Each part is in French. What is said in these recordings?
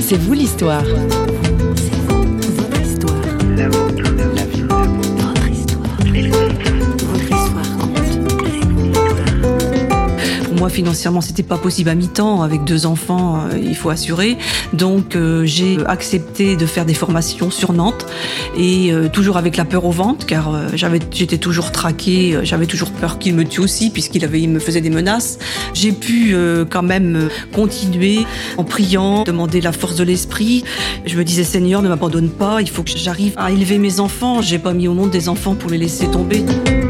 C'est vous l'histoire. Moi, financièrement, c'était pas possible à mi-temps. Avec 2 enfants, il faut assurer. Donc, j'ai accepté de faire des formations sur Nantes. Et toujours avec la peur au ventre, car j'étais toujours traquée. J'avais toujours peur qu'il me tue aussi, il me faisait des menaces. J'ai pu quand même continuer en priant, demander la force de l'esprit. Je me disais, Seigneur, ne m'abandonne pas. Il faut que j'arrive à élever mes enfants. J'ai pas mis au monde des enfants pour les laisser tomber.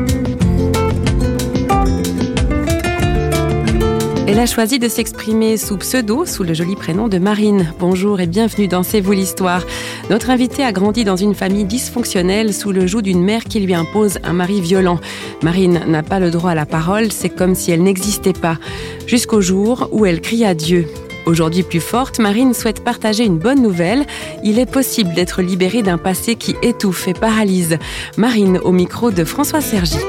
Elle a choisi de s'exprimer sous pseudo, sous le joli prénom de Marine. Bonjour et bienvenue dans C'est vous l'histoire. Notre invitée a grandi dans une famille dysfonctionnelle sous le joug d'une mère qui lui impose un mari violent. Marine n'a pas le droit à la parole, c'est comme si elle n'existait pas. Jusqu'au jour où elle crie à Dieu. Aujourd'hui plus forte, Marine souhaite partager une bonne nouvelle. Il est possible d'être libérée d'un passé qui étouffe et paralyse. Marine au micro de François Sergi.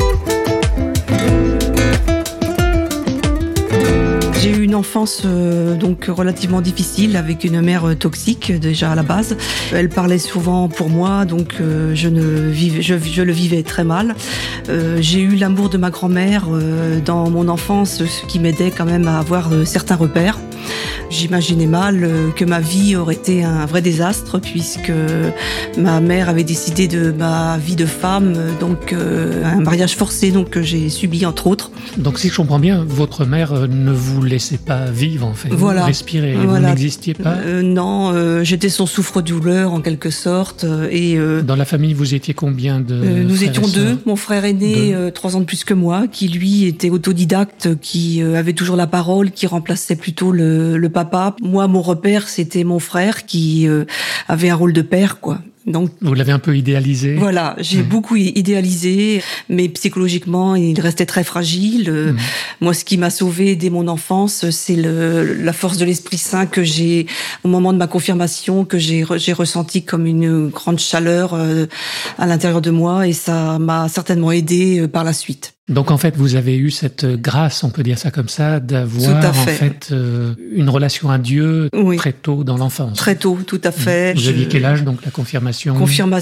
J'ai eu une enfance donc relativement difficile avec une mère toxique déjà à la base. Elle parlait souvent pour moi, donc je le vivais très mal. J'ai eu l'amour de ma grand-mère dans mon enfance, ce qui m'aidait quand même à avoir certains repères. J'imaginais mal que ma vie aurait été un vrai désastre puisque ma mère avait décidé de ma vie de femme, donc un mariage forcé donc que j'ai subi entre autres. Donc si je comprends bien, votre mère ne vous laissait pas vivre en fait, voilà. Respirer, voilà. Vous n'existiez pas Non, j'étais son souffre-douleur en quelque sorte. Dans la famille, vous étiez combien de nous étions 2. Mon frère aîné, 2. 3 ans de plus que moi, qui lui était autodidacte, qui avait toujours la parole, qui remplaçait plutôt le papa. Moi, mon repère, c'était mon frère qui avait un rôle de père, quoi. Donc, vous l'avez un peu idéalisé. Voilà, j'ai beaucoup idéalisé, mais psychologiquement, il restait très fragile. Moi, ce qui m'a sauvée dès mon enfance, c'est la force de l'Esprit Saint que j'ai, au moment de ma confirmation, que j'ai ressenti comme une grande chaleur à l'intérieur de moi, et ça m'a certainement aidée par la suite. Donc en fait, vous avez eu cette grâce, on peut dire ça comme ça, d'avoir en fait une relation à Dieu très tôt dans l'enfance. Très tôt, tout à fait. Vous aviez quel âge donc la confirmation ?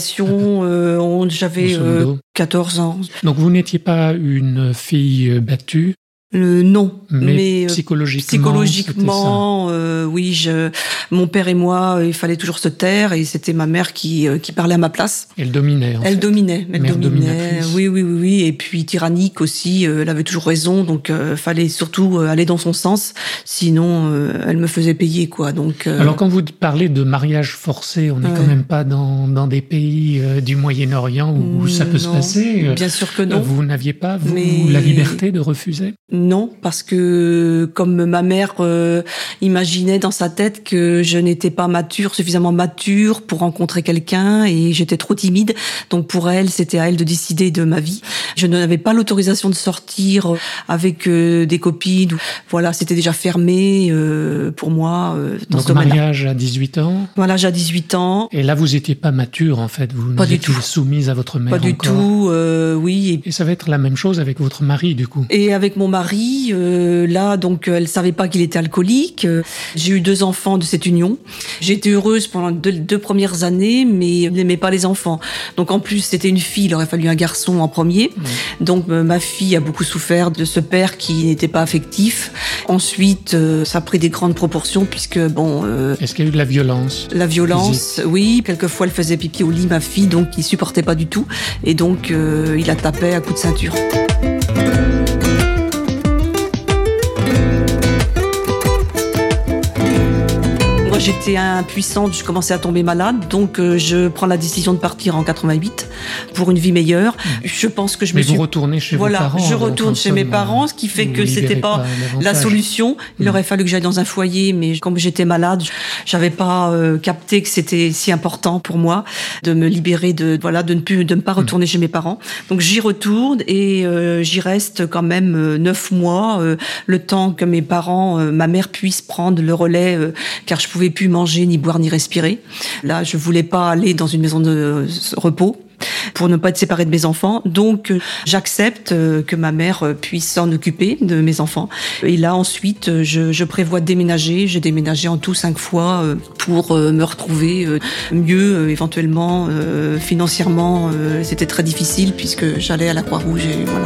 J'avais 14 ans. Donc vous n'étiez pas une fille battue ? Non, mais psychologiquement, oui. Mon père et moi, il fallait toujours se taire, et c'était ma mère qui parlait à ma place. Elle dominait. Elle dominait. Oui. Et puis tyrannique aussi. Elle avait toujours raison, donc fallait surtout aller dans son sens. Sinon, elle me faisait payer, quoi. Donc. Alors quand vous parlez de mariage forcé, on n'est quand même pas dans des pays du Moyen-Orient où ça peut se passer. Bien sûr que non. Vous n'aviez pas la liberté de refuser ? Non, parce que comme ma mère imaginait dans sa tête que je n'étais pas suffisamment mature pour rencontrer quelqu'un, et j'étais trop timide. Donc pour elle, c'était à elle de décider de ma vie. Je n'avais pas l'autorisation de sortir avec des copines. Voilà, c'était déjà fermé pour moi dans ce domaine-là. Donc mariage à 18 ans. Voilà, j'ai 18 ans. Et là, vous n'étiez pas mature en fait. Vous pas du étiez tout soumise à votre mère. Pas du tout, oui. Et ça va être la même chose avec votre mari du coup. Et avec mon mari, là, donc, elle savait pas qu'il était alcoolique. J'ai eu 2 enfants de cette union. J'ai été heureuse pendant 2 premières années, mais je n'aimais pas les enfants. Donc, en plus, c'était une fille, il aurait fallu un garçon en premier. Donc, ma fille a beaucoup souffert de ce père qui n'était pas affectif. Ensuite, ça a pris des grandes proportions puisque, Est-ce qu'il y a eu de la violence ? La violence, physique. Oui. Quelquefois, elle faisait pipi au lit, ma fille, donc il supportait pas du tout. Et donc, il la tapait à coups de ceinture. J'étais impuissante, je commençais à tomber malade, donc je prends la décision de partir en 88 pour une vie meilleure. Je pense que vous retournez chez vos parents. Je retourne chez mes parents, ce qui fait que c'était pas la solution. Il aurait fallu que j'aille dans un foyer, mais comme j'étais malade, j'avais pas capté que c'était si important pour moi de me libérer de ne pas retourner chez mes parents. Donc j'y retourne et j'y reste quand même 9 mois, le temps que mes parents, ma mère puisse prendre le relais, car je pouvais plus manger, ni boire, ni respirer. Là, je voulais pas aller dans une maison de repos. pour ne pas être séparée de mes enfants. Donc, j'accepte que ma mère puisse s'en occuper de mes enfants. Et là, ensuite, je prévois de déménager. J'ai déménagé en tout 5 fois pour me retrouver mieux, éventuellement, financièrement. C'était très difficile puisque j'allais à la Croix-Rouge et voilà.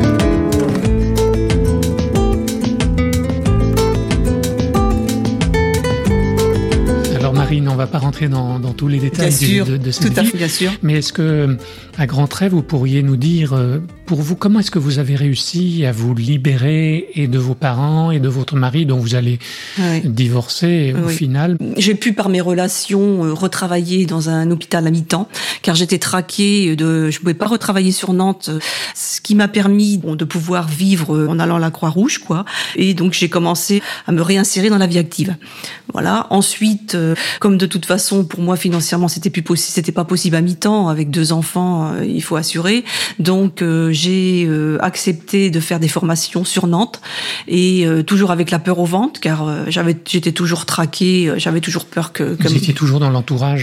Marine, on ne va pas rentrer dans tous les détails de cette vie, bien sûr. Mais est-ce que, à grands traits, vous pourriez nous dire, pour vous, comment est-ce que vous avez réussi à vous libérer et de vos parents et de votre mari dont vous allez divorcer au final? J'ai pu, par mes relations, retravailler dans un hôpital à mi-temps, car j'étais traquée, je pouvais pas retravailler sur Nantes, ce qui m'a permis de pouvoir vivre en allant à la Croix-Rouge, quoi. Et donc j'ai commencé à me réinsérer dans la vie active. Voilà. Ensuite, comme de toute façon, pour moi, financièrement, c'était pas possible à mi-temps. Avec 2 enfants, il faut assurer. Donc, j'ai accepté de faire des formations sur Nantes et toujours avec la peur au ventre, car j'étais toujours traquée, j'avais toujours peur que vous étiez toujours dans l'entourage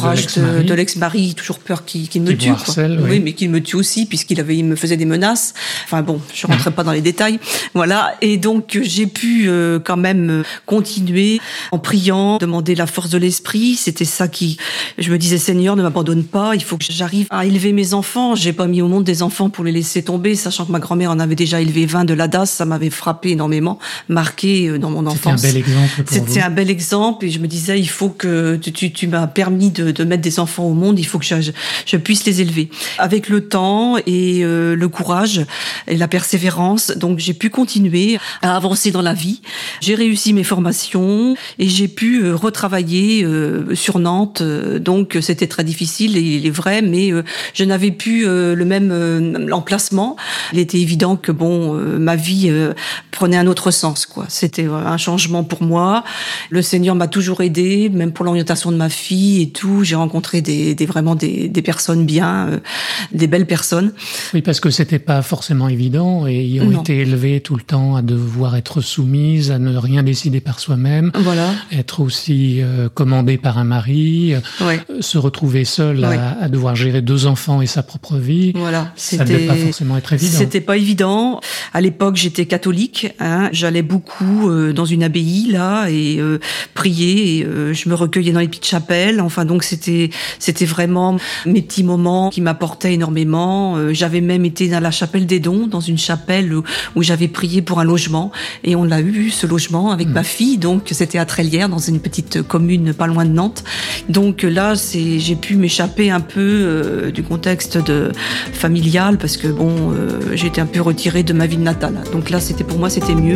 de l'ex-mari, toujours peur qu'il me tue. Harcèle, oui, mais qu'il me tue aussi, puisqu'il me faisait des menaces. Enfin bon, je rentrais pas dans les détails. Voilà. Et donc, j'ai pu quand même continuer en priant, demander la force de l'esprit. C'était ça je me disais, Seigneur, ne m'abandonne pas, il faut que j'arrive à élever mes enfants. J'ai pas mis au monde des enfants pour les laisser tomber, sachant que ma grand-mère en avait déjà élevé 20 de l'ADAS. Ça m'avait frappé énormément, marqué dans mon enfance. C'était un bel exemple pour vous. C'était un bel exemple et je me disais, il faut que tu m'as permis de mettre des enfants au monde, il faut que je puisse les élever. Avec le temps et le courage et la persévérance, donc j'ai pu continuer à avancer dans la vie. J'ai réussi mes formations et j'ai pu retravailler sur Nantes. Donc c'était très difficile, il est vrai, mais je n'avais plus le même emplacement. Il était évident que ma vie prenait un autre sens, quoi. C'était un changement pour moi. Le Seigneur m'a toujours aidé, même pour l'orientation de ma fille et tout. J'ai rencontré vraiment des personnes bien, des belles personnes. Oui, parce que c'était pas forcément évident et ayant été élevés tout le temps à devoir être soumises, à ne rien décider par soi-même, voilà. Être aussi commandée par un mari, se retrouver seule à devoir gérer 2 enfants et sa propre vie. Voilà. Ça ne devait pas forcément être évident. C'était pas évident. À l'époque, j'étais catholique. J'allais beaucoup dans une abbaye là et prier. Et, je me recueillais dans les petites chapelles. Enfin, donc c'était vraiment mes petits moments qui m'apportaient énormément. J'avais même été dans la chapelle des Dons, dans une chapelle où j'avais prié pour un logement. Et on l'a eu, ce logement, avec ma fille. Donc, c'était à Trélières, dans une petite commune pas loin de Nantes. Donc là, j'ai pu m'échapper un peu du contexte familial parce que j'étais un peu retirée de ma ville natale. Donc là, pour moi, c'était mieux.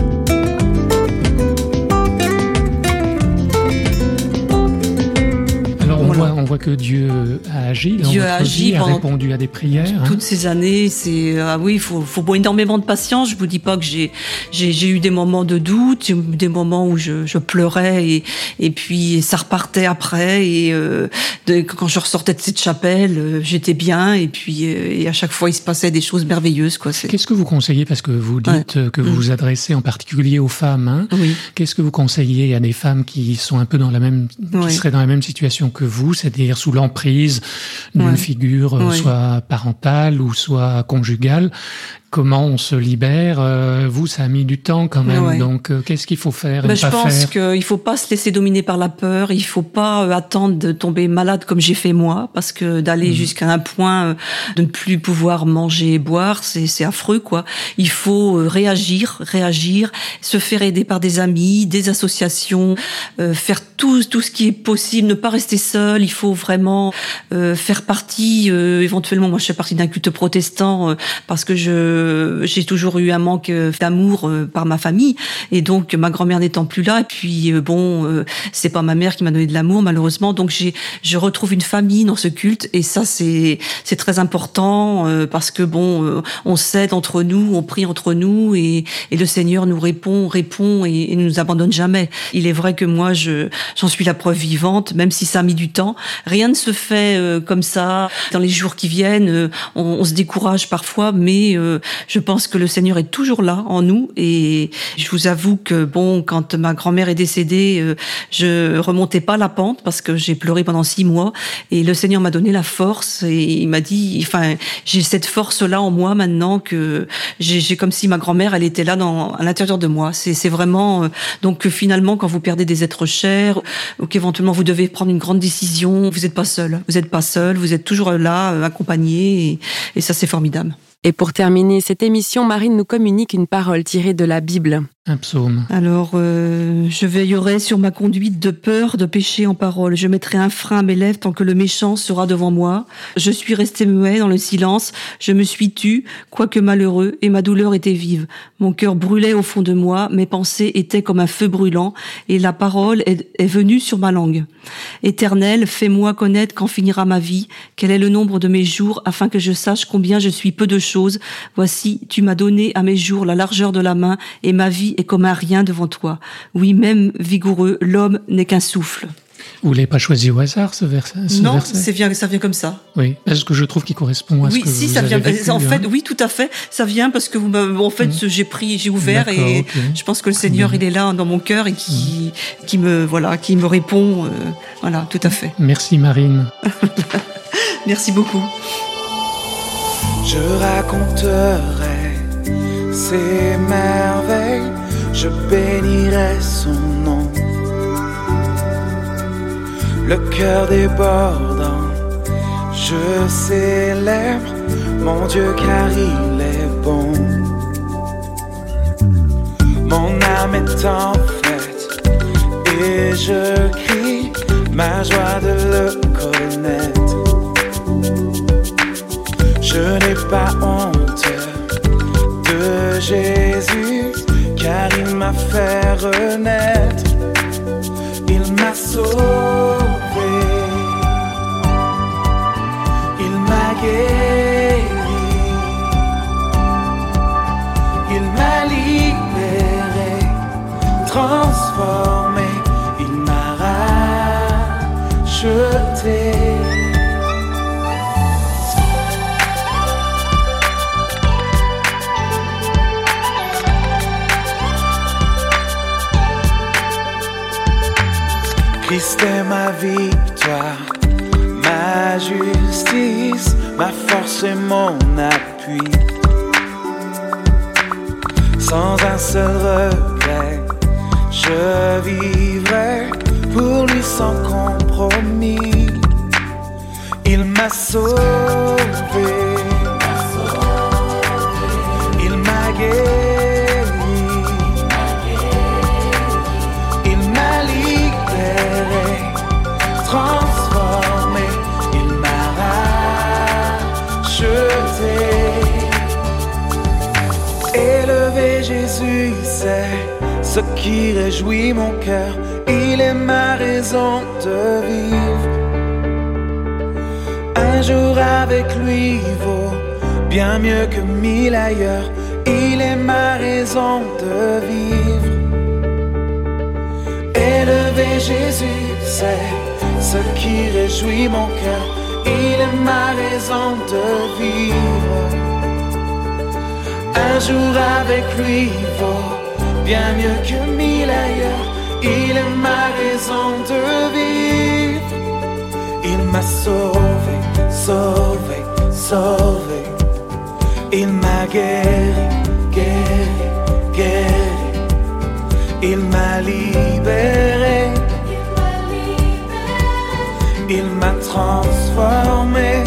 On voit que Dieu a agi dans votre vie, a répondu à des prières. Toutes ces années, il faut énormément de patience. Je vous dis pas que j'ai eu des moments de doute, des moments où je pleurais et puis ça repartait après et quand je ressortais de cette chapelle, j'étais bien et puis et à chaque fois il se passait des choses merveilleuses, quoi. Qu'est-ce que vous conseillez, parce que vous dites que vous vous adressez en particulier aux femmes, Oui. Qu'est-ce que vous conseillez à des femmes qui sont un peu qui seraient dans la même situation que vous, c'est-à-dire sous l'emprise d'une figure soit parentale ou soit conjugale? Comment on se libère? Vous, ça a mis du temps quand même. Donc, qu'est-ce qu'il faut faire et ne pas faire? Je pense qu'il faut pas se laisser dominer par la peur. Il faut pas attendre de tomber malade comme j'ai fait moi, parce que d'aller jusqu'à un point de ne plus pouvoir manger et boire, c'est affreux, quoi. Il faut réagir, se faire aider par des amis, des associations, faire tout ce qui est possible, ne pas rester seul. Il faut vraiment faire partie. Éventuellement, moi, je fais partie d'un culte protestant parce que j'ai toujours eu un manque d'amour par ma famille, et donc ma grand-mère n'étant plus là, et puis c'est pas ma mère qui m'a donné de l'amour malheureusement, donc je retrouve une famille dans ce culte, et ça c'est très important parce que on s'aide entre nous, on prie entre nous, et le Seigneur nous répond et ne nous abandonne jamais. Il est vrai que moi j'en suis la preuve vivante, même si ça a mis du temps. Rien ne se fait comme ça dans les jours qui viennent. On se décourage parfois, mais je pense que le Seigneur est toujours là en nous. Et je vous avoue que quand ma grand-mère est décédée, je remontais pas la pente parce que j'ai pleuré pendant 6 mois. Et le Seigneur m'a donné la force et il m'a dit, j'ai cette force-là en moi maintenant que j'ai comme si ma grand-mère, elle était là à l'intérieur de moi. C'est vraiment donc finalement quand vous perdez des êtres chers ou qu'éventuellement vous devez prendre une grande décision, vous n'êtes pas seul. Vous n'êtes pas seul, vous êtes toujours là, accompagné et ça c'est formidable. Et pour terminer cette émission, Marine nous communique une parole tirée de la Bible. Un psaume. Alors, je veillerai sur ma conduite de peur de pécher en parole. Je mettrai un frein à mes lèvres tant que le méchant sera devant moi. Je suis resté muet dans le silence. Je me suis tu, quoique malheureux, et ma douleur était vive. Mon cœur brûlait au fond de moi. Mes pensées étaient comme un feu brûlant, et la parole est venue sur ma langue. Éternel, fais-moi connaître quand finira ma vie. Quel est le nombre de mes jours, afin que je sache combien je suis peu de choses. Voici, tu m'as donné à mes jours la largeur de la main, et ma vie est comme un rien devant toi. Oui, même vigoureux, l'homme n'est qu'un souffle. Vous l'avez pas choisi au hasard, ce verset? Non, ça vient comme ça. Oui, parce que je trouve qu'il correspond à ce que vous avez vécu. En fait, oui, tout à fait. Ça vient parce que j'ai ouvert et okay. Je pense que le Seigneur, il est là dans mon cœur et qui me répond. Voilà, tout à fait. Merci Marine. Merci beaucoup. Je raconterai ses merveilles, je bénirai son nom. Le cœur débordant, je célèbre mon Dieu car il est bon. Mon âme est en fête et je crie ma joie de le connaître. Je n'ai pas honte de Jésus, car il m'a fait renaître. Il m'a sauvé, il m'a guéri, il m'a libéré, transformé, il m'a racheté. Christ est ma victoire, ma justice, ma force et mon appui. Sans un seul regret, je vivrai pour lui sans compromis. Il m'a sauvé, il m'a guéri. Transformé, il m'a racheté. Élever Jésus, c'est ce qui réjouit mon cœur. Il est ma raison de vivre. Un jour avec lui vaut bien mieux que 1000 ailleurs. Il est ma raison de vivre. Élever Jésus, c'est ce qui réjouit mon cœur. Il est ma raison de vivre. Un jour avec lui vaut bien mieux que 1000 ailleurs. Il est ma raison de vivre. Il m'a sauvé, sauvé, sauvé. Il m'a guéri, guéri, guéri. Il m'a libéré. Il m'a transformé,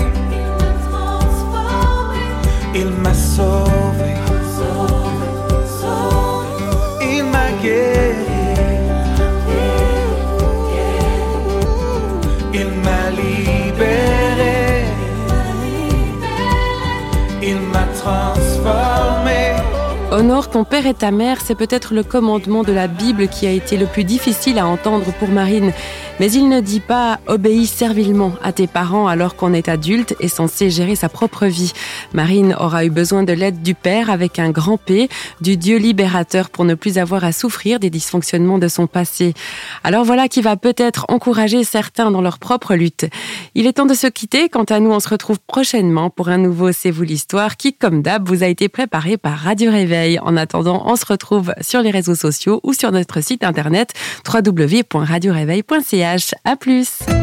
il m'a sauvé, il m'a guéri, il m'a libéré, Honore ton père et ta mère, c'est peut-être le commandement de la Bible qui a été le plus difficile à entendre pour Marine. Mais il ne dit pas « obéis servilement à tes parents alors qu'on est adulte et censé gérer sa propre vie ». Marine aura eu besoin de l'aide du Père avec un grand P, du Dieu libérateur pour ne plus avoir à souffrir des dysfonctionnements de son passé. Alors voilà qui va peut-être encourager certains dans leur propre lutte. Il est temps de se quitter. Quant à nous, on se retrouve prochainement pour un nouveau C'est vous l'histoire qui, comme d'hab, vous a été préparé par Radio Réveil. En attendant, on se retrouve sur les réseaux sociaux ou sur notre site internet www.radioreveil.ch. À plus.